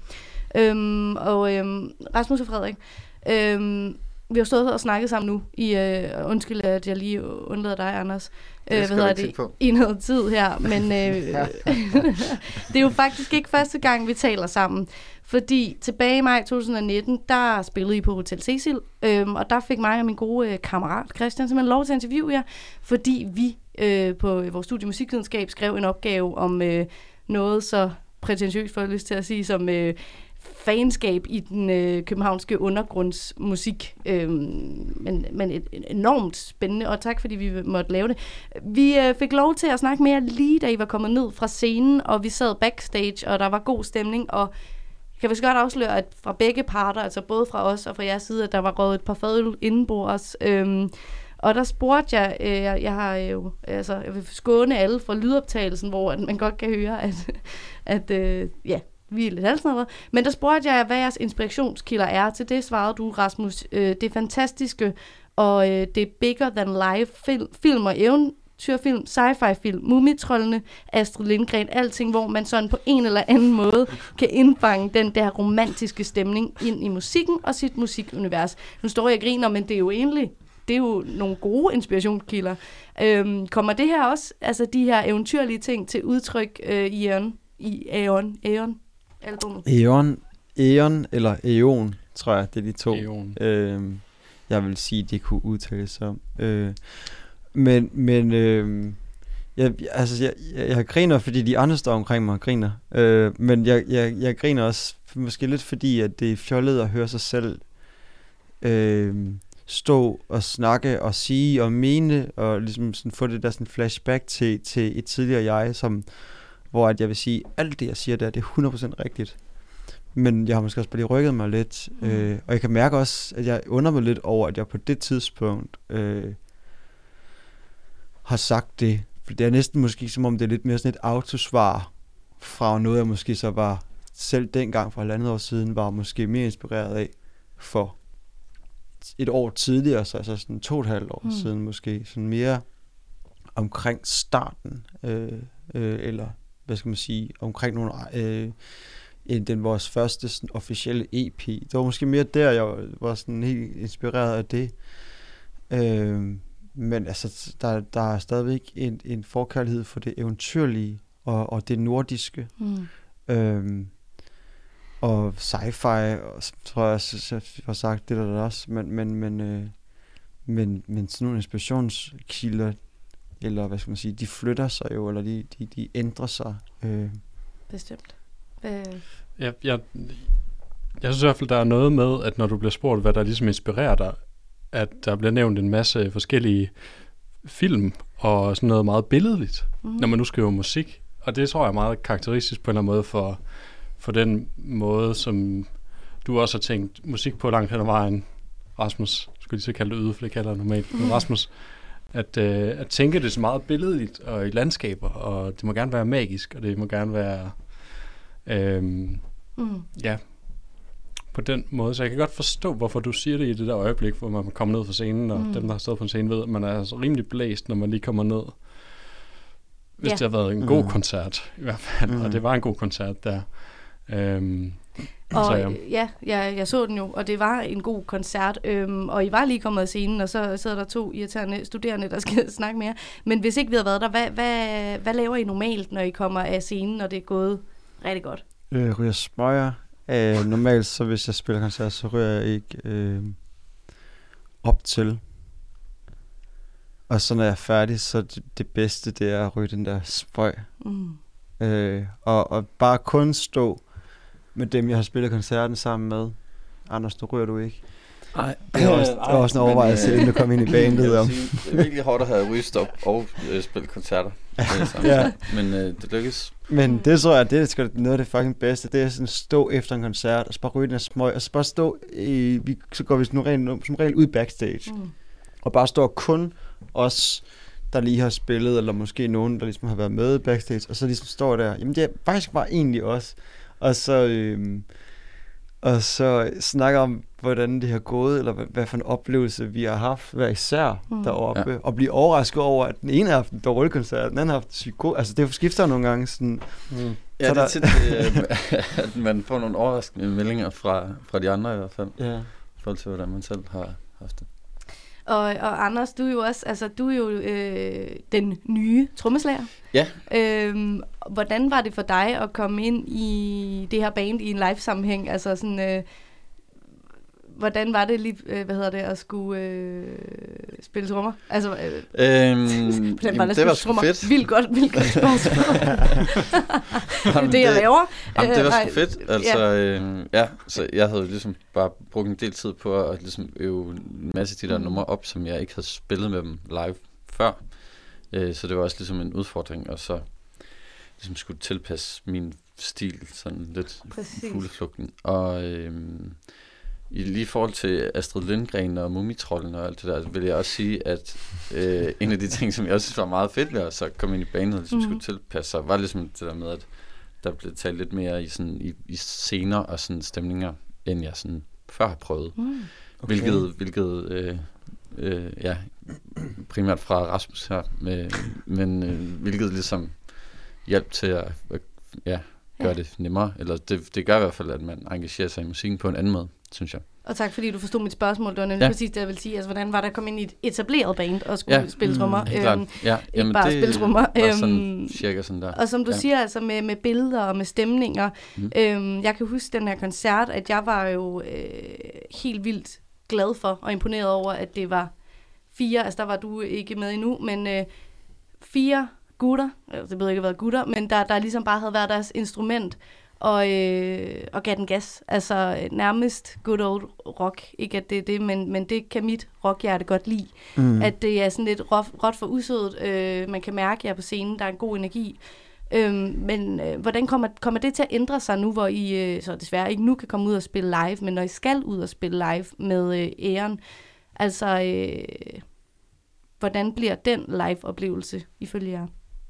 Rasmus og Frederik, vi har stået og snakket sammen nu undskyld, at jeg lige undlader dig, Anders. I noget tid her, men det er jo faktisk ikke første gang, vi taler sammen. Fordi tilbage i maj 2019, der spillede I på Hotel Cecil, og der fik mig og min gode kammerat Christian simpelthen lov til at interviewe jer, fordi vi på vores studie musikvidenskab skrev en opgave om noget så prætentiøst, for jeg har lyst til at sige, som fanskab i den københavnske undergrundsmusik. Men et enormt spændende, og tak fordi vi måtte lave det. Vi fik lov til at snakke mere lige da I var kommet ned fra scenen, og vi sad backstage, og der var god stemning, og jeg kan vist godt afsløre, at fra begge parter, altså både fra os og fra jeres side, at der var røget et par fadøl indenbords. Og der spurgte jeg vil skåne alle fra lydoptagelsen, hvor man godt kan høre, at vi er lidt halsnedret. Men der spurgte jeg, hvad jeres inspirationskilder er. Til det svarede du, Rasmus, det fantastiske, og det er bigger than life, film og eventyrfilm, sci-fi film, Mumitrollene, Astrid Lindgren, alting, hvor man sådan på en eller anden måde kan indfange den der romantiske stemning ind i musikken og sit musikunivers. Nu står jeg og griner, men det er jo nogle gode inspirationskilder. Kommer det her også, altså de her eventyrlige ting, til udtryk i Aeon? Albumet? Aeon eller Aeon, tror jeg, det er de to. Jeg vil sige, det kunne udtales som. Jeg griner, fordi de andre står omkring mig og griner. Men jeg griner også måske lidt, fordi at det er fjollet at høre sig selv stå og snakke og sige og mene, og ligesom sådan få det der sådan flashback til et tidligere jeg, hvor at jeg vil sige, alt det jeg siger der, det er 100% rigtigt. Men jeg har måske også bare lige rykket mig lidt, og jeg kan mærke også, at jeg undrer mig lidt over, at jeg på det tidspunkt har sagt det. For det er næsten måske som om det er lidt mere sådan et autosvar fra noget, jeg måske så var selv dengang for 1,5 år siden, var måske mere inspireret af for et år tidligere, så altså sådan 2,5 år siden måske, sådan mere omkring starten, eller hvad skal man sige, omkring nogle vores første sådan officielle EP. Det var måske mere der, jeg var sådan helt inspireret af det. Men altså, der er stadigvæk en forkærlighed for det eventyrlige og det nordiske. Og sci-fi, tror jeg har sagt det der også, men sådan nogle inspirationskilder, eller hvad skal man sige, de flytter sig jo, eller de ændrer sig. Bestemt. Jeg synes i hvert fald, der er noget med, at når du bliver spurgt, hvad der ligesom inspirerer dig, at der bliver nævnt en masse forskellige film og sådan noget meget billedligt, når man nu skriver musik. Og det tror jeg er meget karakteristisk på en eller anden måde for den måde, som du også har tænkt musik på langt hen ad vejen. Rasmus, skulle de så kalde det yde, for det kalder jeg normalt. Rasmus, at tænke det så meget billedligt og i landskaber, og det må gerne være magisk, og det må gerne være på den måde. Så jeg kan godt forstå, hvorfor du siger det i det der øjeblik, hvor man kommer ned fra scenen, og dem, der har stået på en scene, ved, at man er altså rimelig blæst, når man lige kommer ned. Hvis det har været en god koncert, i hvert fald. Og det var en god koncert der. Jeg så den jo, og det var en god koncert, og I var lige kommet af scenen, og så sidder der 2 irriterende studerende, der skal snakke mere. Men hvis ikke vi havde været der, hvad laver I normalt, når I kommer af scenen, og det er gået rigtig godt? Ryger smøger. Normalt, så hvis jeg spiller koncert, så ryger jeg ikke op til. Og så når jeg er færdig, så det bedste, det er at ryge den der spøg. Og bare kun stå med dem, jeg har spillet koncerten sammen med. Anders, nu ryger du ikke. Nej. Det er også en overvejelse, inden du kom ind i bandet. Det er virkelig hårdt at have rygestop og spille koncerter. Men det lykkes. Men det tror jeg, det er noget af det fucking bedste. Det er sådan at stå efter en koncert, og så bare ryge den her smøg, og så bare stå så går vi som regel ud backstage. Og bare stå kun os, der lige har spillet, eller måske nogen, der ligesom har været med backstage, og så ligesom står der, jamen det er faktisk bare egentlig også. Og så snakker om, hvordan det har gået, eller hvad for en oplevelse vi har haft hver især deroppe, ja. Og blive overrasket over, at den ene har haft en dårlig koncert, den anden har haft psyko. Altså det skifter nogle gange sådan. Ja, det er tit, at man får nogle overraskende meldinger fra de andre i hvert fald. Ja. I forhold til, hvordan man selv har haft det. Og Anders, du er jo også, altså du er jo den nye trommeslager. Ja. Hvordan var det for dig at komme ind i det her band i en live-sammenhæng? Altså sådan, hvordan var det lige, at skulle spille trommer? Altså, det var sgu fedt. Vildt godt spørgsmål. Det er det, jeg laver. Det var sgu fedt. Altså, så jeg havde ligesom bare brugt en del tid på at ligesom øve en masse af de der numre op, som jeg ikke havde spillet med dem live før. Så det var også ligesom en udfordring, og så ligesom skulle tilpasse min stil sådan lidt fugleflugten. Og i lige forhold til Astrid Lindgren og Mumitrollen og alt det der, vil jeg også sige, at en af de ting, som jeg også synes var meget fedt ved at så komme ind i banen og ligesom skulle tilpasse sig, var ligesom det der med, at der blev talt lidt mere i, sådan, i scener og sådan stemninger, end jeg sådan før har prøvet. Okay. Hvilket primært fra Rasmus her, men hvilket ligesom hjælp til at gøre det nemmere, eller det gør i hvert fald, at man engagerer sig i musikken på en anden måde, synes jeg. Og tak fordi du forstod mit spørgsmål. Det var nemlig præcis det, jeg ville sige. Altså, hvordan var der at komme ind i et etableret band og skulle spille trommer? Ikke bare spille trommer. Sådan, cirka sådan der. Og som du siger, altså med billeder og med stemninger. Jeg kan huske den her koncert, at jeg var jo helt vildt glad for og imponeret over, at det var 4, altså der var du ikke med endnu, men 4 gutter, det ved ikke hvad gutter, men der ligesom bare havde været deres instrument, og gav den gas. Altså nærmest good old rock. Ikke at det er det, men det kan mit rockhjerte godt lide. At det er sådan lidt råt for usødet. Man kan mærke jer på scenen, der er en god energi. Men hvordan kommer det til at ændre sig nu, hvor I så desværre ikke nu kan komme ud og spille live, men når I skal ud og spille live med æren? Altså, hvordan bliver den live-oplevelse ifølge jer?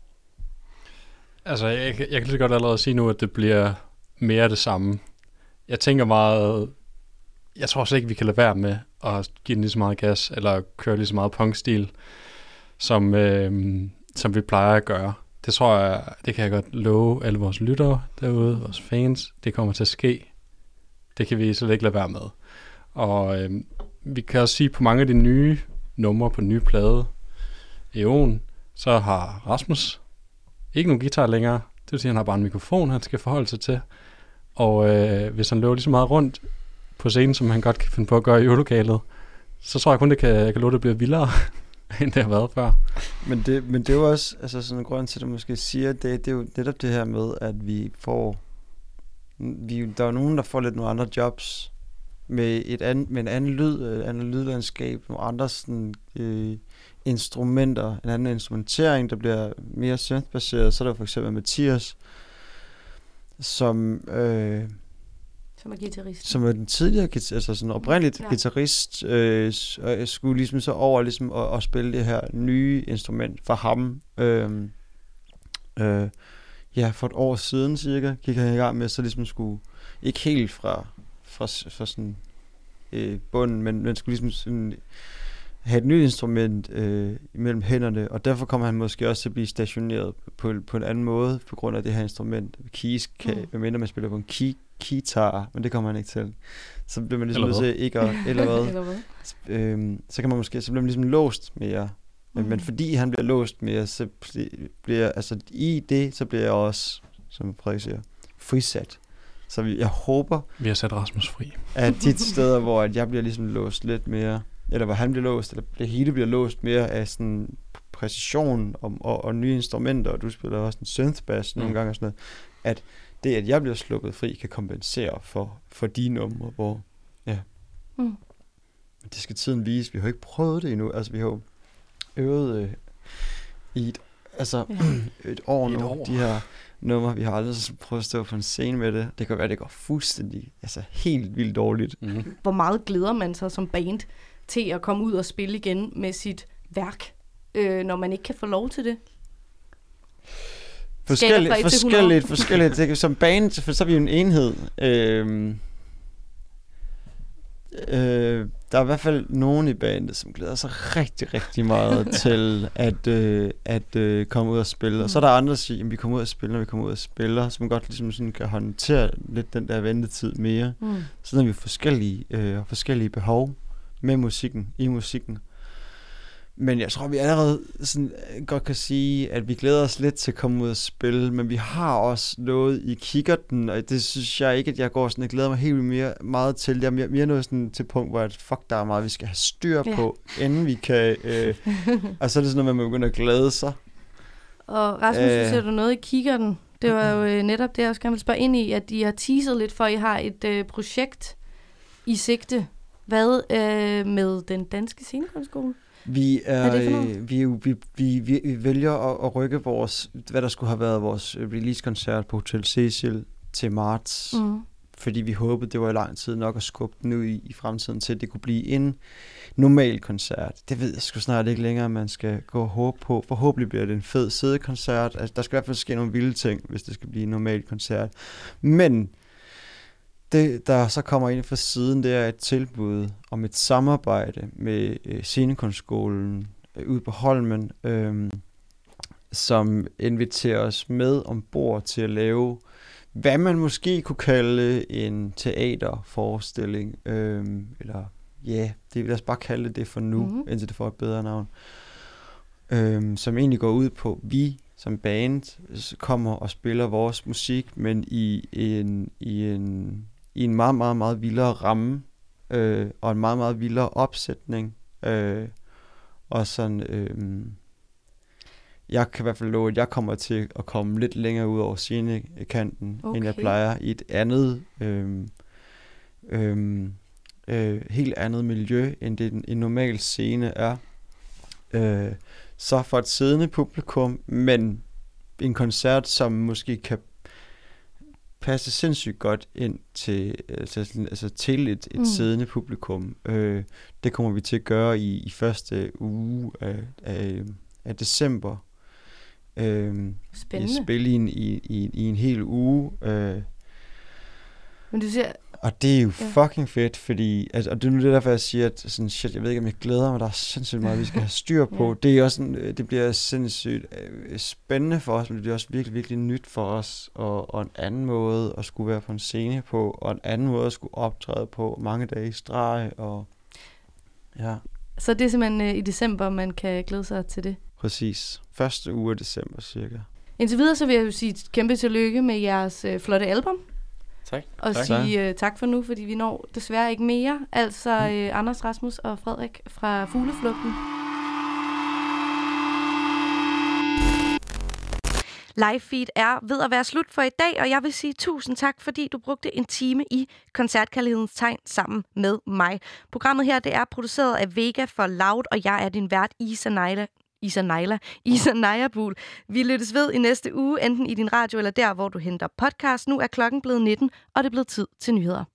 Altså, jeg kan lige så godt allerede sige nu, at det bliver mere det samme. Jeg tænker meget, jeg tror også ikke, vi kan lade være med at give den lige så meget gas, eller køre lige så meget punkstil, som vi plejer at gøre. Det tror jeg, det kan jeg godt love alle vores lyttere derude, vores fans, det kommer til at ske. Det kan vi slet ikke lade være med. Og vi kan også sige, på mange af de nye numre på den nye plade, Eon, så har Rasmus ikke nogen guitar længere. Det vil sige, at han har bare en mikrofon, han skal forholde sig til. Og hvis han løber lige så meget rundt på scenen, som han godt kan finde på at gøre i øvelokalet, så tror jeg kun, jeg kan love, det bliver vildere, end det har været før. Men det er jo også altså sådan en grund til, at du måske siger, det er jo netop det her med, at vi får... der er nogen, der får lidt nogle andre jobs med en anden lyd, et andet lydlandskab, nogle andre sådan, instrumenter, en anden instrumentering, der bliver mere synth-baseret. Så er der for eksempel Mathias, som er guitarist. Som er den tidligere, altså sådan oprindeligt guitarist, skulle ligesom så over ligesom at spille det her nye instrument for ham. For et år siden cirka, gik han i gang med, så ligesom skulle, ikke helt fra sådan bunden, men skulle ligesom sådan have et nyt instrument imellem hænderne, og derfor kommer han måske også til at blive stationeret på en anden måde, på grund af det her instrument. Keys kan, medmindre man spiller på en guitar, men det kommer han ikke til. Så bliver man ligesom nødt til ikke at, eller hvad. Så kan man måske, så bliver man ligesom låst mere. Men fordi han bliver låst mere, så bliver, altså i det, så bliver jeg også, som Frederik siger, frisat. Så jeg håber... Vi har sat Rasmus fri. At de steder, hvor at jeg bliver ligesom låst lidt mere, eller hvor han bliver låst, eller det hele bliver låst mere af sådan præcision og nye instrumenter, og du spiller også en synthbass nogle gange og sådan noget, at det, at jeg bliver sluppet fri, kan kompensere for de numre, hvor, det skal tiden vise. Vi har ikke prøvet det endnu. Altså, vi har jo øvet i et år nu, de her numre. Vi har aldrig prøvet at stå på en scene med det. Det kan være, det går fuldstændig, altså helt vildt dårligt. Hvor meget glæder man sig som band til at komme ud og spille igen med sit værk? når man ikke kan få lov til det? Forskelligt. Som band, så er vi jo en enhed. Der er i hvert fald nogen i bandet, som glæder sig rigtig, rigtig meget til at komme ud og spille. Og så er der andre, der siger, at vi kommer ud og spiller, når vi kommer ud og spiller, så man godt ligesom sådan kan håndtere lidt den der ventetid mere. Så er vi forskellige behov med musikken, i musikken. Men jeg tror, vi allerede sådan godt kan sige, at vi glæder os lidt til at komme ud og spille, men vi har også noget i kikkerten, og det synes jeg ikke, at jeg går sådan, jeg glæder mig helt meget til. Jeg er mere nået sådan til punkt, hvor der er meget, vi skal have styr på, inden vi kan, og så er det sådan noget, at man begynder at glæde sig. Og Rasmus, du ser du noget i kikkerten. Det var jo netop det, jeg også gerne vil spørge ind i, at I har teaset lidt for, at I har et projekt i sigte. Hvad med den danske scenekunstskole? Vi vælger at rykke hvad der skulle have været vores release-koncert på Hotel Cecil til marts, fordi vi håbede, det var i lang tid nok at skubbe den ud i fremtiden til, at det kunne blive en normal koncert. Det ved jeg sgu snart ikke længere, man skal gå og håbe på. Forhåbentlig bliver det en fed sædekoncert. Altså, der skal i hvert fald ske nogle vilde ting, hvis det skal blive en normal koncert. Men det, der så kommer ind fra siden, det er et tilbud om et samarbejde med Scenekunstskolen ude på Holmen, som inviterer os med ombord til at lave, hvad man måske kunne kalde en teaterforestilling, eller lad os bare kalde det for nu, indtil det får et bedre navn, som egentlig går ud på, vi som band kommer og spiller vores musik, men i en meget, meget, meget vildere ramme, og en meget, meget vildere opsætning. Og sådan, jeg kan i hvert fald love, at jeg kommer til at komme lidt længere ud over scenekanten, end jeg plejer, i et andet, helt andet miljø, end det en normal scene er. Så for et siddende publikum, men en koncert, som måske kan passe sindssygt godt ind til, til et siddende publikum. Det kommer vi til at gøre i første uge af december. Spændende. Spille i en hel uge. Men du siger... Og det er jo fucking fedt, fordi, og det er nu det derfor, jeg siger, at sådan, shit, jeg ved ikke, om jeg glæder mig, der er sindssygt meget, vi skal have styr på. Det er også sådan, det bliver sindssygt spændende for os, men det bliver også virkelig, virkelig nyt for os, og en anden måde at skulle være på en scene på, og en anden måde at skulle optræde på mange dage i streg, og ja. Så det er simpelthen i december, man kan glæde sig til det? Præcis. Første uge af december, cirka. Indtil videre, så vil jeg jo sige kæmpe tillykke med jeres flotte album. Tak. Og sige tak for nu, fordi vi når desværre ikke mere. Altså Anders, Rasmus og Frederik fra Fugleflugten. Live Feed er ved at være slut for i dag, og jeg vil sige tusind tak, fordi du brugte en time i koncertkærlighedens tegn sammen med mig. Programmet her, det er produceret af Vega for Loud, og jeg er din vært Isa Nejabul. Vi lyttes ved i næste uge, enten i din radio eller der, hvor du henter podcast. Nu er klokken blevet 19, og det er blevet tid til nyheder.